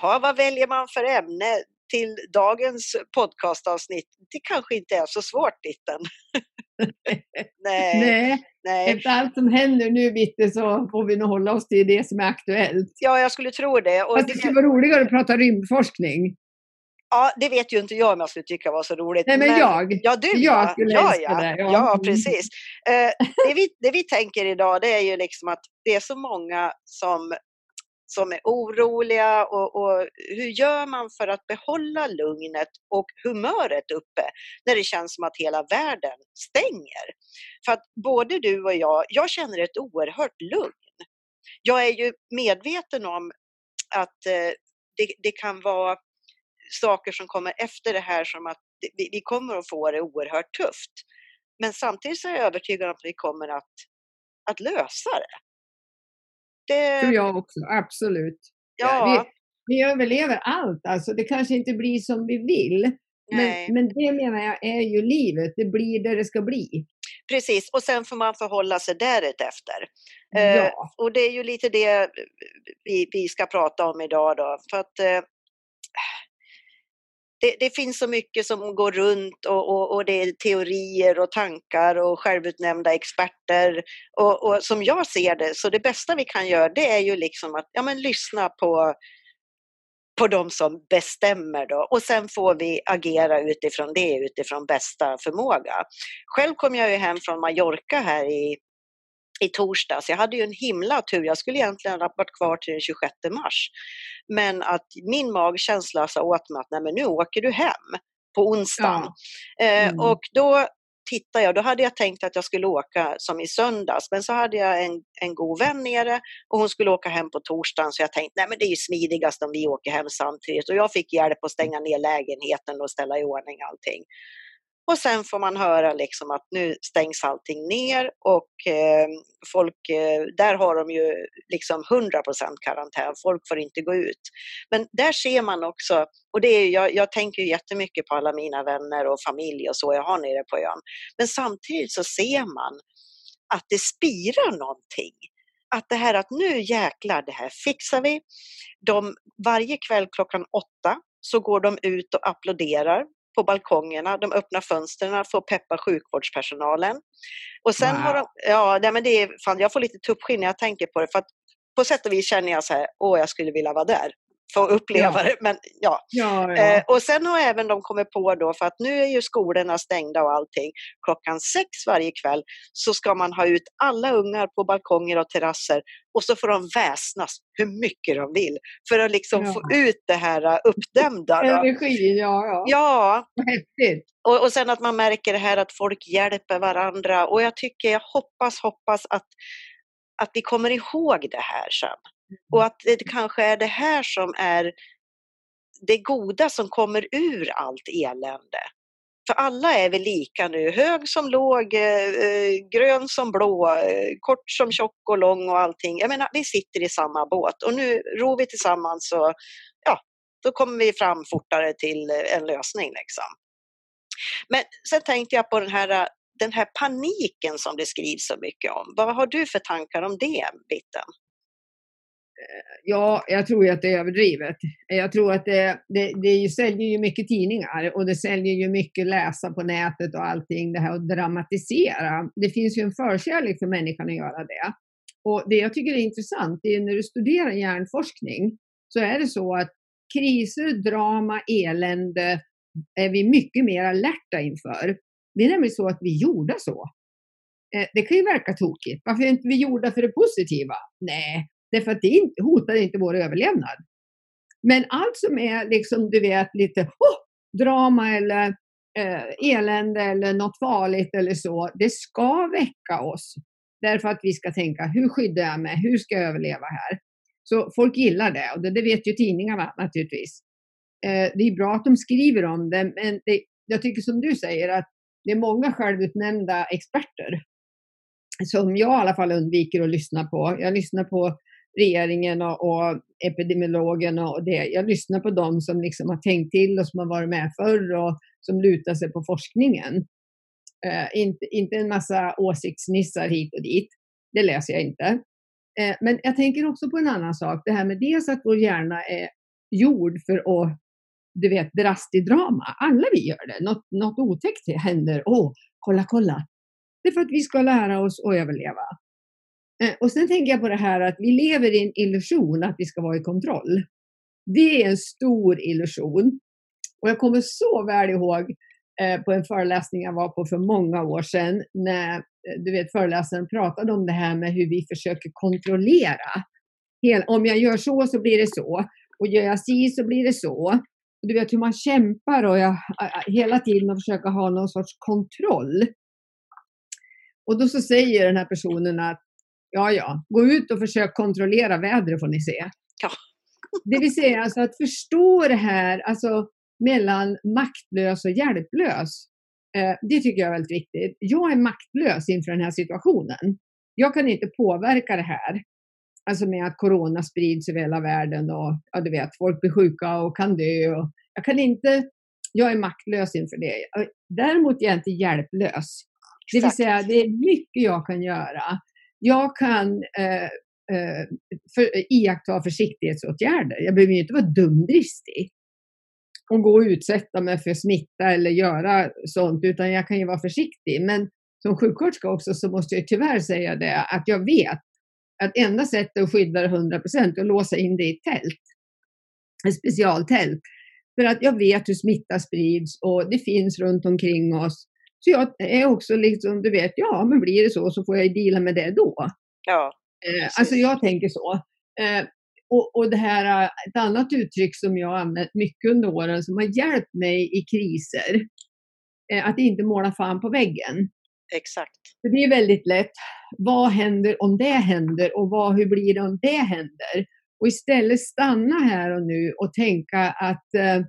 Jaha, vad väljer man för ämne till dagens podcastavsnitt? Det kanske inte är så svårt, Bitten. Nej, efter allt som händer nu, Bitte, så får vi nog hålla oss till det som är aktuellt. Ja, jag skulle tro det. Och fast det skulle vara roligare att prata rymdforskning. Ja, det vet ju inte jag om jag skulle tycka var så roligt. Nej, men jag. Ja, du jag skulle älska det. Ja, precis. Det vi tänker idag, det är ju liksom att det är så många som är oroliga och hur gör man för att behålla lugnet och humöret uppe när det känns som att hela världen stänger? För att både du och jag känner ett oerhört lugn. Jag är ju medveten om att det kan vara saker som kommer efter det här, som att vi kommer att få det oerhört tufft. Men samtidigt så är jag övertygad om att vi kommer att lösa det. Det tror jag också, absolut. Ja. Vi överlever allt, alltså det kanske inte blir som vi vill. Men det menar jag är ju livet, det blir det ska bli. Precis, och sen får man förhålla sig därefter. Ja. Och det är ju lite det vi ska prata om idag då. För att det finns så mycket som går runt och det är teorier och tankar och självutnämnda experter. Och som jag ser det, så det bästa vi kan göra, det är ju liksom att lyssna på de som bestämmer då. Och sen får vi agera utifrån bästa förmåga. Själv kom jag ju hem från Mallorca här i torsdags. Jag hade ju en himla tur. Jag skulle egentligen ha varit kvar till den 26 mars. Men att min magkänsla sa åt mig att nej, men nu åker du hem på onsdagen. Ja. Och då tittade jag. Då hade jag tänkt att jag skulle åka som i söndags. Men så hade jag en god vän nere och hon skulle åka hem på torsdagen. Så jag tänkte, nej men det är ju smidigast om vi åker hem samtidigt. Och jag fick hjälp att stänga ner lägenheten och ställa i ordning allting. Och sen får man höra liksom att nu stängs allting ner och folk, där har de ju liksom 100% karantän, folk får inte gå ut. Men där ser man också, och det är, jag tänker ju jättemycket på alla mina vänner och familj och så jag har nere på ön. Men samtidigt så ser man att det spirar någonting. Att det här att nu jäklar, det här fixar vi. Varje kväll klockan 8 så går de ut och applåderar på balkongerna, de öppnar fönsterna för att peppa sjukvårdspersonalen. Och sen har de, men det är fan, jag får lite tuppskinn när jag tänker på det, för att på sätt och vis känner jag så här, jag skulle vilja vara där för att uppleva det, men ja. Och sen har även de kommit på då, för att nu är ju skolorna stängda och allting, klockan 6 varje kväll så ska man ha ut alla ungar på balkonger och terrasser och så får de väsnas hur mycket de vill för att liksom få ut det här uppdämda. Energi, Ja. Häftigt. Och sen att man märker det här att folk hjälper varandra, och jag hoppas att vi kommer ihåg det här sen. Och att det kanske är det här som är det goda som kommer ur allt elände. För alla är väl lika nu, hög som låg, grön som blå, kort som tjock och lång och allting. Jag menar, vi sitter i samma båt och nu ror vi tillsammans och då kommer vi fram fortare till en lösning liksom. Men sen tänkte jag på den här paniken som det skrivs så mycket om. Vad har du för tankar om det, Bitten? Ja, jag tror att det är överdrivet. Jag tror att det säljer ju mycket tidningar och det säljer ju mycket läsa på nätet och allting, det här att dramatisera. Det finns ju en förkärlek för människan att göra det. Och det jag tycker är intressant är när du studerar hjärnforskning så är det så att kriser, drama, elände är vi mycket mer alerta inför. Det är nämligen så att vi gjorde så. Det kan ju verka tokigt. Varför är inte vi gjorda för det positiva? Nej. Därför att det hotar inte vår överlevnad. Men allt som är liksom, du vet, lite drama eller elände eller något farligt eller så, det ska väcka oss. Därför att vi ska tänka, hur skyddar jag mig? Hur ska jag överleva här? Så folk gillar det och det vet ju tidningarna naturligtvis. Det är bra att de skriver om det, men jag tycker som du säger att det är många självutnämnda experter som jag i alla fall undviker att lyssna på. Jag lyssnar på regeringen och epidemiologerna och det. Jag lyssnar på dem som liksom har tänkt till och som har varit med förr och som lutar sig på forskningen. Inte en massa åsiktsnissar hit och dit. Det läser jag inte. Men jag tänker också på en annan sak. Det här med dels att vår hjärna är gjord för att, du vet, dras till drama. Alla vi gör det. Något otäckt händer. Kolla. Det är för att vi ska lära oss att överleva. Och sen tänker jag på det här att vi lever i en illusion att vi ska vara i kontroll. Det är en stor illusion. Och jag kommer så väl ihåg på en föreläsning jag var på för många år sedan när, du vet, föreläsaren pratade om det här med hur vi försöker kontrollera. Om jag gör så blir det så. Och gör jag så blir det så. Och du vet hur man kämpar och hela tiden försöker ha någon sorts kontroll. Och då så säger den här personen att gå ut och försök kontrollera vädret får ni se. Ja. Det vill säga alltså att förstå det här alltså mellan maktlös och hjälplös. Det tycker jag är väldigt viktigt. Jag är maktlös inför den här situationen. Jag kan inte påverka det här. Alltså med att corona sprids över hela världen och ja, du vet, folk blir sjuka och kan dö. Och jag är maktlös inför det. Däremot är jag inte hjälplös. Det vill säga det är mycket jag kan göra. Jag kan iaktta försiktighetsåtgärder. Jag behöver ju inte vara dumdristig och gå och utsätta mig för smitta eller göra sånt, utan jag kan ju vara försiktig. Men som sjuksköterska också så måste jag tyvärr säga det att jag vet att enda sättet att skydda det 100% är att låsa in det i ett tält. Ett specialtält. För att jag vet hur smitta sprids och det finns runt omkring oss. Så jag är också liksom, du vet, men blir det så får jag deala med det då. Ja. Alltså jag tänker så. Och det här, ett annat uttryck som jag har använt mycket under åren som har hjälpt mig i kriser. Att inte måla fan på väggen. Exakt. För det är väldigt lätt. Vad händer om det händer? Och hur blir det om det händer? Och istället stanna här och nu och tänka att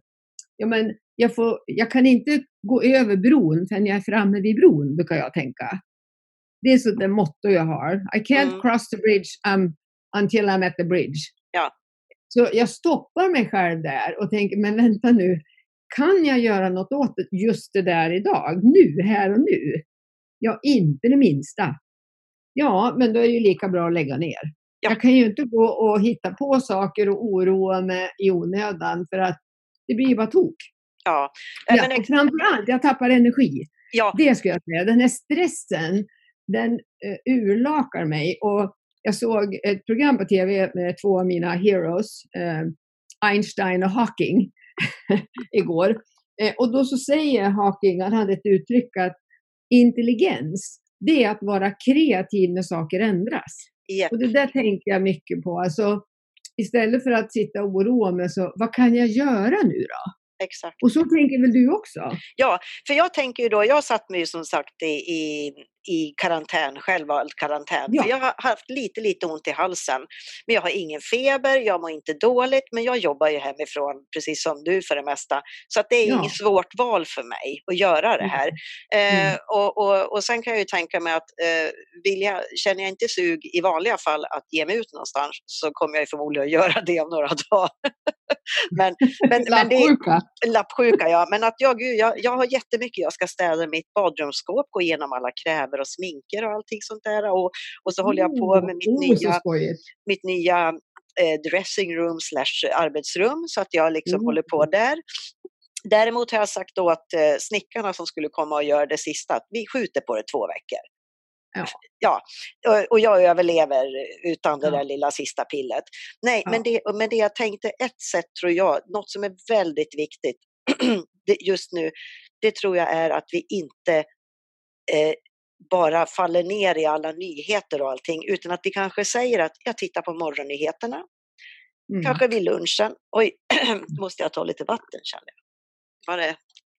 jag kan inte gå över bron förrän jag är framme vid bron, brukar jag tänka. Det är så det motto jag har. I can't cross the bridge until I'm at the bridge. Ja. Så jag stoppar mig själv där och tänker, men vänta nu. Kan jag göra något åt just det där idag? Nu, här och nu? Ja, inte det minsta. Ja, men då är det ju lika bra att lägga ner. Ja. Jag kan ju inte gå och hitta på saker och oroa mig i onödan för att det blir ju bara tok. Ja. Och framförallt, jag tappar energi. Ja. Det ska jag säga. Den här stressen, den urlakar mig. Och jag såg ett program på tv med två av mina heroes, Einstein och Hawking, igår. Och då så säger Hawking, han hade ett uttryck att intelligens, det är att vara kreativ när saker ändras. Yep. Och det där tänker jag mycket på. Alltså, istället för att sitta och oroa mig, så vad kan jag göra nu då? Exakt. Och så tänker väl du också? Ja, för jag tänker ju då, jag satt mig som sagt i karantän, självvald karantän. Ja. För jag har haft lite ont i halsen. Men jag har ingen feber, jag mår inte dåligt, men jag jobbar ju hemifrån precis som du för det mesta. Så att det är inget svårt val för mig att göra det här. Och sen kan jag ju tänka mig att känner jag inte sug i vanliga fall att ge mig ut någonstans, så kommer jag ju förmodligen att göra det om några dagar. men lappsjuka, ja. Men att jag har jättemycket, jag ska städa mitt badrumsskåp, gå igenom alla kräver och sminker och allting sånt där. Och så håller jag på med mitt nya dressing room / arbetsrum, så att jag liksom håller på där. Däremot har jag sagt då att snickarna som skulle komma och göra det sista, att vi skjuter på det 2 veckor. Ja, och jag överlever utan det där lilla sista pillet. Nej, men det jag tänkte, ett sätt tror jag, något som är väldigt viktigt just nu, det tror jag är att vi inte bara faller ner i alla nyheter och allting, utan att vi kanske säger att jag tittar på morgonnyheterna, kanske vid lunchen. Oj, måste jag ta lite vatten, känner jag. Var det?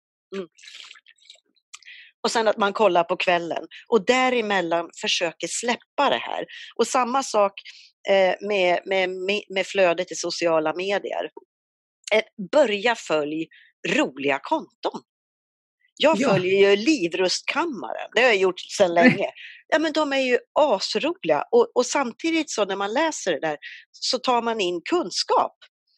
Och sen att man kollar på kvällen och däremellan försöker släppa det här. Och samma sak med flödet i sociala medier. Börja följ roliga konton. Jag följer ju Livrustkammaren, det har jag gjort sedan länge. Ja, men de är ju asroliga och samtidigt så när man läser det där så tar man in kunskap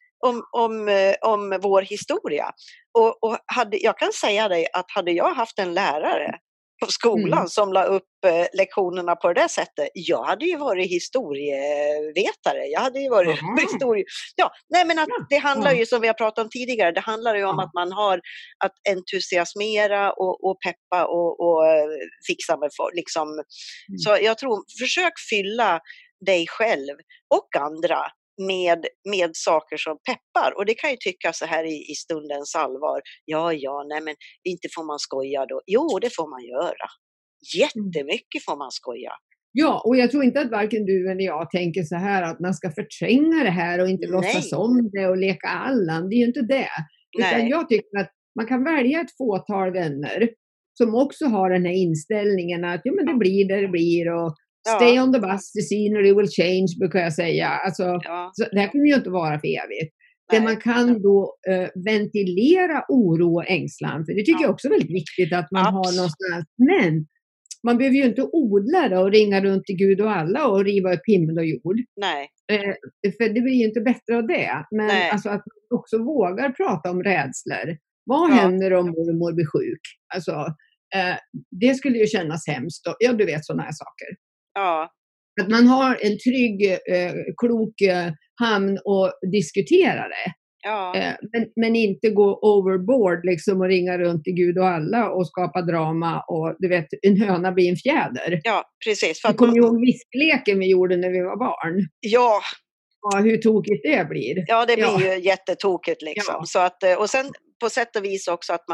om vår historia. Och jag kan säga dig att hade jag haft en lärare på skolan som la upp lektionerna på det sättet. Jag hade ju varit historievetare. Jag hade ju varit Ja, nej men att det handlar ju, som vi har pratat om tidigare, det handlar ju om att man har att entusiasmera och peppa och fixa med liksom. Så jag tror, försök fylla dig själv och andra med saker som peppar. Och det kan ju tycka så här i stundens allvar. Nej men inte får man skoja då. Jo, det får man göra. Jättemycket får man skoja. Ja, och jag tror inte att varken du eller jag tänker så här att man ska förtränga det här och inte låtsas om det och leka Allan. Det är ju inte det. Utan jag tycker att man kan välja ett fåtal vänner som också har den här inställningen att ja, men det blir det blir och stay on the bus, the scenery will change, brukar jag säga. Alltså, så det här kommer ju inte vara för evigt. Det man kan då ventilera oro och ängslan, för det tycker jag också är väldigt viktigt att man har någonstans. Men man behöver ju inte odla det och ringa runt till Gud och alla och riva upp himmel och jord. Nej. För det blir ju inte bättre av det. Men alltså att man också vågar prata om rädslor. Vad händer om mormor blir sjuk? Alltså, det skulle ju kännas hemskt. Ja, du vet sådana här saker. Ja. Att man har en trygg, klok hamn och diskutera det. Ja. Men inte gå overboard liksom och ringa runt till Gud och alla och skapa drama och du vet, en höna blir en fjäder. Ja, precis. Du kommer ihåg viskleken vi gjorde när vi var barn? Ja. Ja, hur tokigt det blir. Ja, det blir ju jättetokigt liksom. Ja. Så att, och sen på sätt och vis också att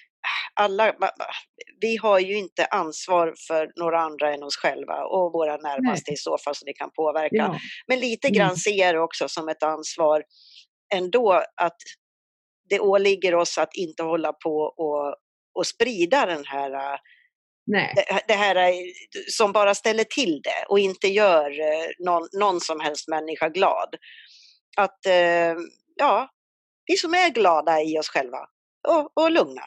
vi har ju inte ansvar för några andra än oss själva och våra närmaste i så fall som vi kan påverka. Ja. Men lite grann ser det också som ett ansvar ändå att det oss att inte hålla på och sprida den här det här som bara ställer till det och inte gör någon som helst människa glad. Att vi som är glada i oss själva och lugna.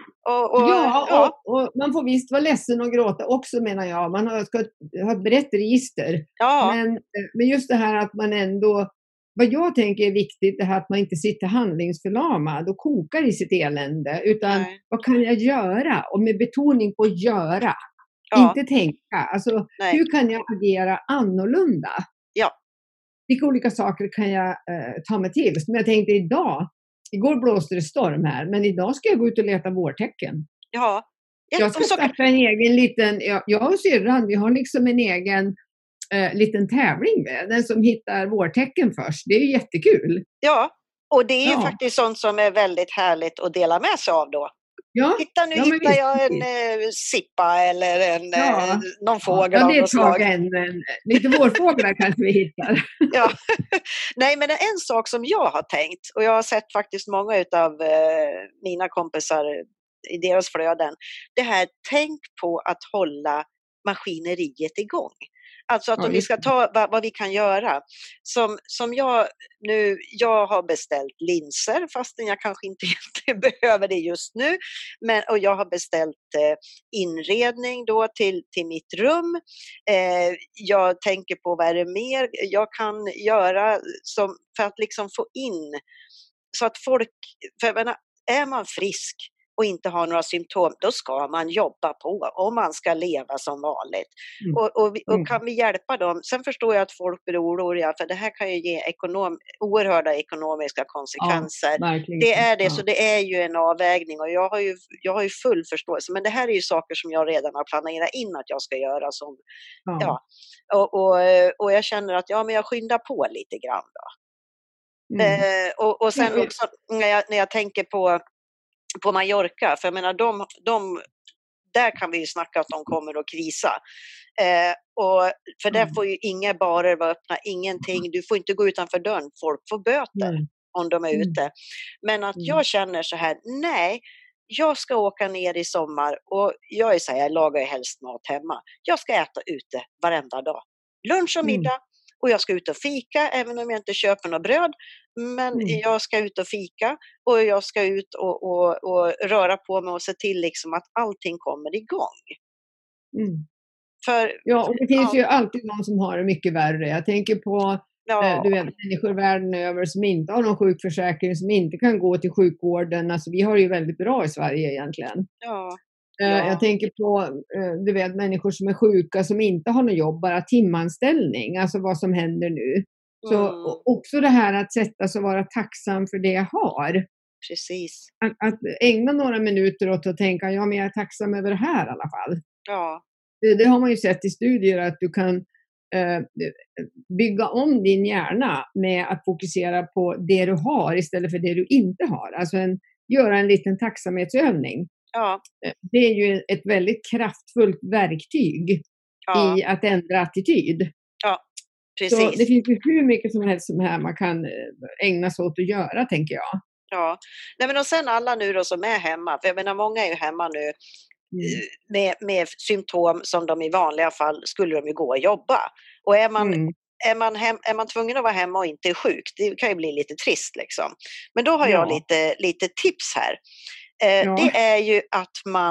Och man får visst vara ledsen och gråta också, menar jag. Man ska ha ett brett register. Ja. Men just det här att man ändå, vad jag tänker är viktigt, det här att man inte sitter handlingsförlamad och kokar i sitt elände. Utan vad kan jag göra? Och med betoning på göra. Ja. Inte tänka. Alltså, hur kan jag agera annorlunda? Ja. Vilka olika saker kan jag ta mig till? Som jag tänkte igår blåste det storm här, men idag ska jag gå ut och leta vårtecken. Ja. Jag ska starta en egen liten, jag och syrran, vi har liksom en egen liten tävling med. Den som hittar vårtecken först. Det är ju jättekul. Ja, och det är ju faktiskt sånt som är väldigt härligt att dela med sig av då. Ja. Nu hittar jag en sippa eller någon fågel av något slag. Lite vårfåglar kanske vi hittar. Ja. Nej, men en sak som jag har tänkt, och jag har sett faktiskt många av mina kompisar i deras flöden, det här, tänk på att hålla maskineriet igång. Alltså att om vi ska ta vad vi kan göra. Som jag har beställt linser fastän jag kanske inte behöver det just nu. Och jag har beställt inredning då till mitt rum. Jag tänker på vad är det mer jag kan göra för att liksom få in så att folk, för jag menar, är man frisk och inte har några symptom, då ska man jobba på om man ska leva som vanligt. Och kan vi hjälpa dem? Sen förstår jag att folk blir oroliga, för det här kan ju ge oerhörda ekonomiska konsekvenser. Ja, det är det, så det är ju en avvägning, och jag har ju full förståelse. Men det här är ju saker som jag redan har planerat in att jag ska göra. Och jag känner att men jag skyndar på lite grann då. Och sen också när jag tänker på Mallorca, för jag menar där kan vi ju snacka att de kommer att krisa. För där får ju inga barer vara öppna, ingenting. Du får inte gå utanför dörren, folk får böter om de är ute. Men att jag känner så här, nej, jag ska åka ner i sommar och jag lagar ju helst mat hemma. Jag ska äta ute varenda dag. Lunch och middag. Och jag ska ut och fika, även om jag inte köper något bröd. Men jag ska ut och fika. Och jag ska ut och röra på mig och se till liksom att allting kommer igång. Och det finns ju alltid någon som har det mycket värre. Jag tänker på du vet, människor världen över som inte har någon sjukförsäkring, som inte kan gå till sjukvården. Alltså, vi har det ju väldigt bra i Sverige egentligen. Ja. Jag tänker på, du vet, människor som är sjuka som inte har något jobb, bara timanställning, alltså vad som händer nu. Så också det här att sätta sig och vara tacksam för det jag har. Precis. Att ägna några minuter åt att tänka, ja men jag är tacksam över det här i alla fall. Ja. Det har man ju sett i studier att du kan bygga om din hjärna med att fokusera på det du har istället för det du inte har. Alltså göra en liten tacksamhetsövning. Ja. Det är ju ett väldigt kraftfullt verktyg i att ändra attityd. Ja, precis. Så det finns ju hur mycket som helst som här man kan ägna sig åt att göra, tänker jag. Ja, nej men och sen alla nu då som är hemma, för jag menar många är ju hemma nu med symptom som de i vanliga fall skulle de ju gå och jobba. Och är man tvungen att vara hemma och inte är sjuk, det kan ju bli lite trist liksom. Men då har jag lite tips här. Det är ju att man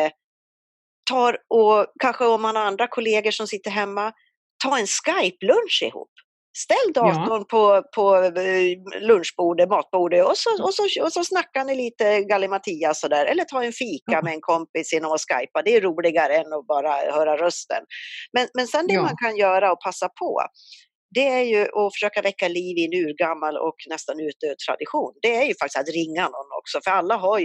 tar, och kanske om man har andra kollegor som sitter hemma, ta en Skype-lunch ihop. Ställ datorn på lunchbordet, matbordet och så snackar ni lite gallimatias sådär. Eller ta en fika med en kompis genom att skypa. Det är roligare än att bara höra rösten. Men sen det man kan göra och passa på, det är ju att försöka väcka liv i en urgammal och nästan utdöd tradition. Det är ju faktiskt att ringa någon också, för alla har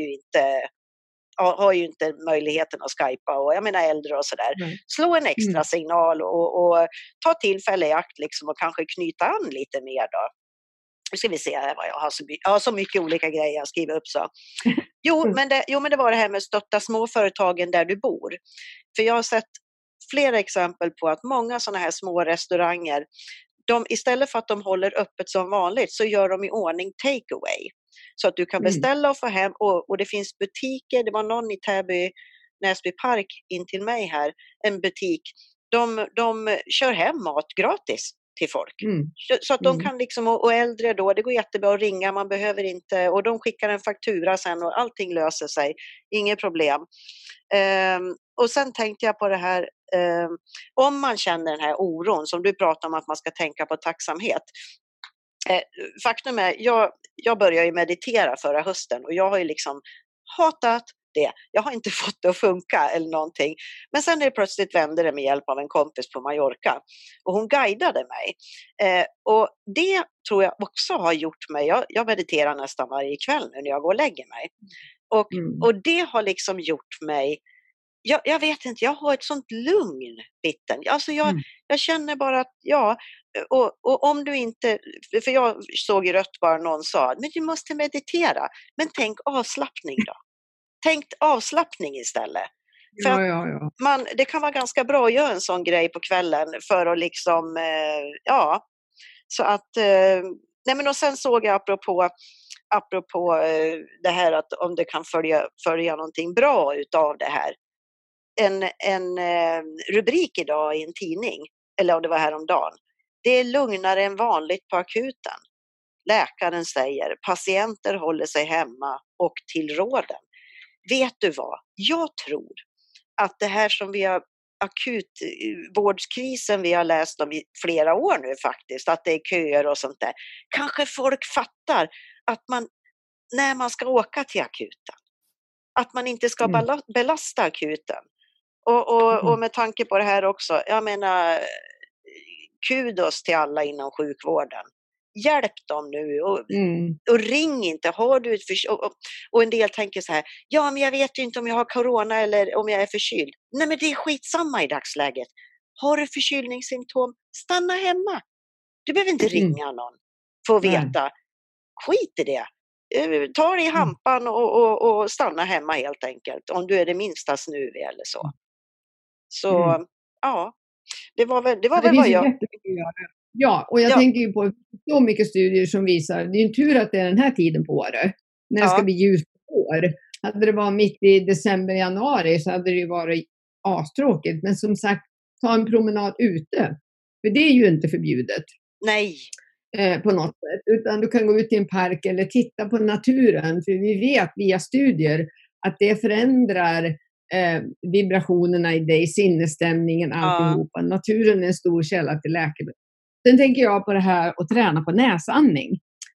ju inte möjligheten att skypa, och jag menar äldre och sådär. Slå en extra signal och ta tillfälle i akt liksom, och kanske knyta an lite mer då. Nu ska vi se här vad jag har så mycket olika grejer jag skriver upp så. Men det var det här med att stötta småföretagen där du bor. För jag har sett flera exempel på att många sådana här små restauranger, istället för att de håller öppet som vanligt så gör de i ordning takeaway. Så att du kan beställa och få hem, och det finns butiker, det var någon i Täby, Näsby Park in till mig här, en butik, de kör hem mat gratis till folk. Så att de kan liksom, och äldre då, det går jättebra att ringa, man behöver inte, och de skickar en faktura sen och allting löser sig, inget problem. Och sen tänkte jag på det här, om man känner den här oron som du pratar om, att man ska tänka på tacksamhet. Faktum är, jag började ju meditera förra hösten och jag har ju liksom hatat det. Jag har inte fått det att funka eller någonting. Men sen är det plötsligt vände det med hjälp av en kompis på Mallorca. Och hon guidade mig. Och det tror jag också har gjort mig. Jag mediterar nästan varje kväll nu när jag går och lägger mig. Och det har liksom gjort mig. Jag vet inte, jag har ett sånt lugn, Bitten. Alltså jag känner bara att och om du inte, för jag såg i rött bara någon sa, men du måste meditera. Men tänk avslappning då. Tänk avslappning istället. För det kan vara ganska bra att göra en sån grej på kvällen för att liksom, så att, nej men och sen såg jag apropå det här att om det kan följa någonting bra utav det här. En rubrik idag i en tidning, eller om det var häromdagen. Det är lugnare än vanligt på akuten. Läkaren säger patienter håller sig hemma och till råden. Vet du vad? Jag tror att det här som vi har akutvårdskrisen vi har läst om i flera år nu faktiskt, att det är köer och sånt där. Kanske folk fattar att när man ska åka till akuten, att man inte ska belasta akuten. Och med tanke på det här också, jag menar, kudos till alla inom sjukvården. Hjälp dem nu och ring inte. Har du och en del tänker så här, ja men jag vet ju inte om jag har corona eller om jag är förkyld. Nej men det är skitsamma i dagsläget. Har du förkylningssymptom, stanna hemma. Du behöver inte ringa någon för att veta. Skit i det. Ta dig i hampan och stanna hemma helt enkelt. Om du är det minsta snuvig eller så. Så det var väl vad jag... Ja, och jag tänker ju på så mycket studier som visar, det är ju tur att det är den här tiden på året, när det ska bli ljust år. Hade det varit mitt i december, januari så hade det ju varit astråkigt. Men som sagt, ta en promenad ute. För det är ju inte förbjudet. Nej. På något sätt. Utan du kan gå ut i en park eller titta på naturen. För vi vet via studier att det förändrar vibrationerna i dig, sinnesstämningen, alltihopa. Naturen är en stor källa till läkemedel. Sen tänker jag på det här att träna på näsandning.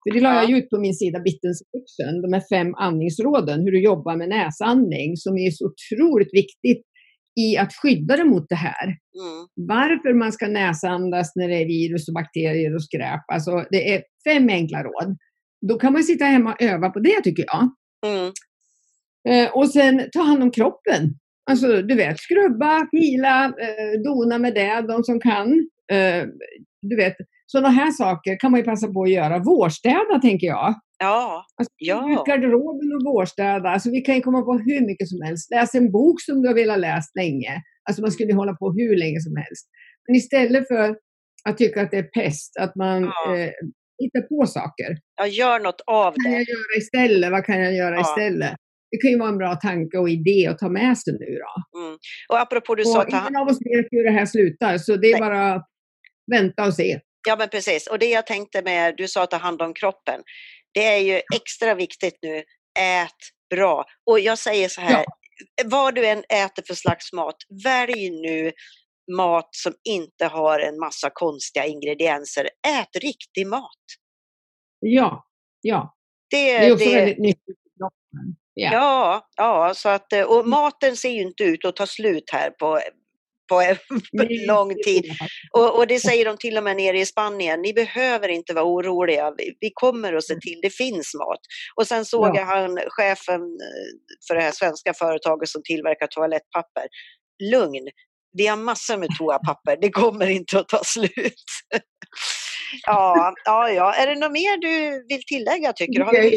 För det la jag ut på min sida Bittens Fiction, de här 5 andningsråden, hur du jobbar med näsandning, som är så otroligt viktigt i att skydda dig mot det här. Varför man ska näsandas när det är virus och bakterier och skräp. Alltså det är 5 enkla råd. Då kan man sitta hemma och öva på det, tycker jag. Och sen ta hand om kroppen. Alltså du vet, skrubba, pila, dona med det, de som kan. Du vet, sådana här saker kan man ju passa på att göra. Vårstäda, tänker jag. Ja. Alltså, garderoben och vårstäda. Alltså, vi kan ju komma på hur mycket som helst. Läs en bok som du har velat läsa länge. Alltså man skulle hålla på hur länge som helst. Men istället för att tycka att det är pest, att man hittar på saker. Ja, gör något av det. Vad kan jag göra istället? Vad kan jag göra istället? Det kan ju vara en bra tanke och idé att ta med sig nu då. Och apropå du sa... ingen av oss vet hur det här slutar, så det är bara vänta och se. Ja, men precis. Och det jag tänkte med, du sa att ta hand om kroppen. Det är ju extra viktigt nu. Ät bra. Och jag säger så här, vad du än äter för slags mat, välj nu mat som inte har en massa konstiga ingredienser. Ät riktig mat. Ja. Det är också väldigt nyttigt för kroppen. Ja, så att, och maten ser ju inte ut att ta slut här på lång tid. Och det säger de till och med nere i Spanien. Ni behöver inte vara oroliga. Vi kommer att se till. Det finns mat. Och sen såg jag chefen för det här svenska företaget som tillverkar toalettpapper. Lugn. Vi har massor med toapapper. Det kommer inte att ta slut. Ja. Är det något mer du vill tillägga, tycker du? Har vi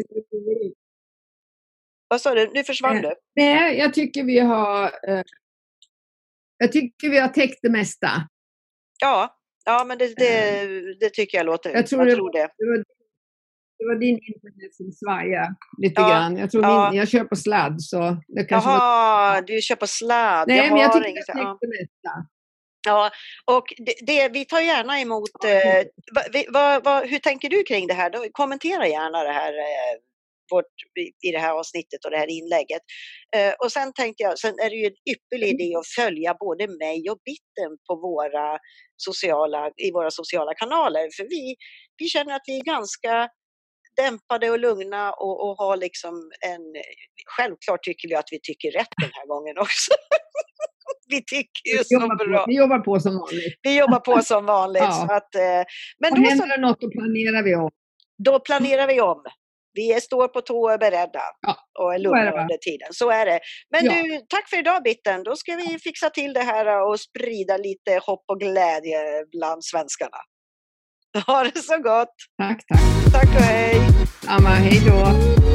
Vad sa du? Nu försvann du. Nej, jag tycker vi har... Jag tycker vi har täckt det mesta. Ja, men det tycker jag låter. Jag tror det. Det var din internet som svajade lite grann. Jag tror jag kör på sladd. Så det kanske du kör på sladd. Nej, men jag tycker vi har täckt det mesta. Ja, och vi tar gärna emot... hur tänker du kring det här? Kommentera gärna det här i det här avsnittet och det här inlägget. Och sen tänkte jag, sen är det ju en ypperlig idé att följa både mig och Bitten på våra sociala kanaler. För vi känner att vi är ganska dämpade och lugna och har liksom självklart tycker vi att vi tycker rätt den här gången också. Vi tycker ju så bra. Vi jobbar på som vanligt. Vi jobbar på som vanligt. Ja. Så att, men och då händer det något, då planerar vi om. Då planerar vi om. Vi står på tå och är beredda och är lugna under tiden. Så är det. Men du, tack för idag Bitten. Då ska vi fixa till det här och sprida lite hopp och glädje bland svenskarna. Ha det så gott. Tack. Tack och hej. Amma, hej då.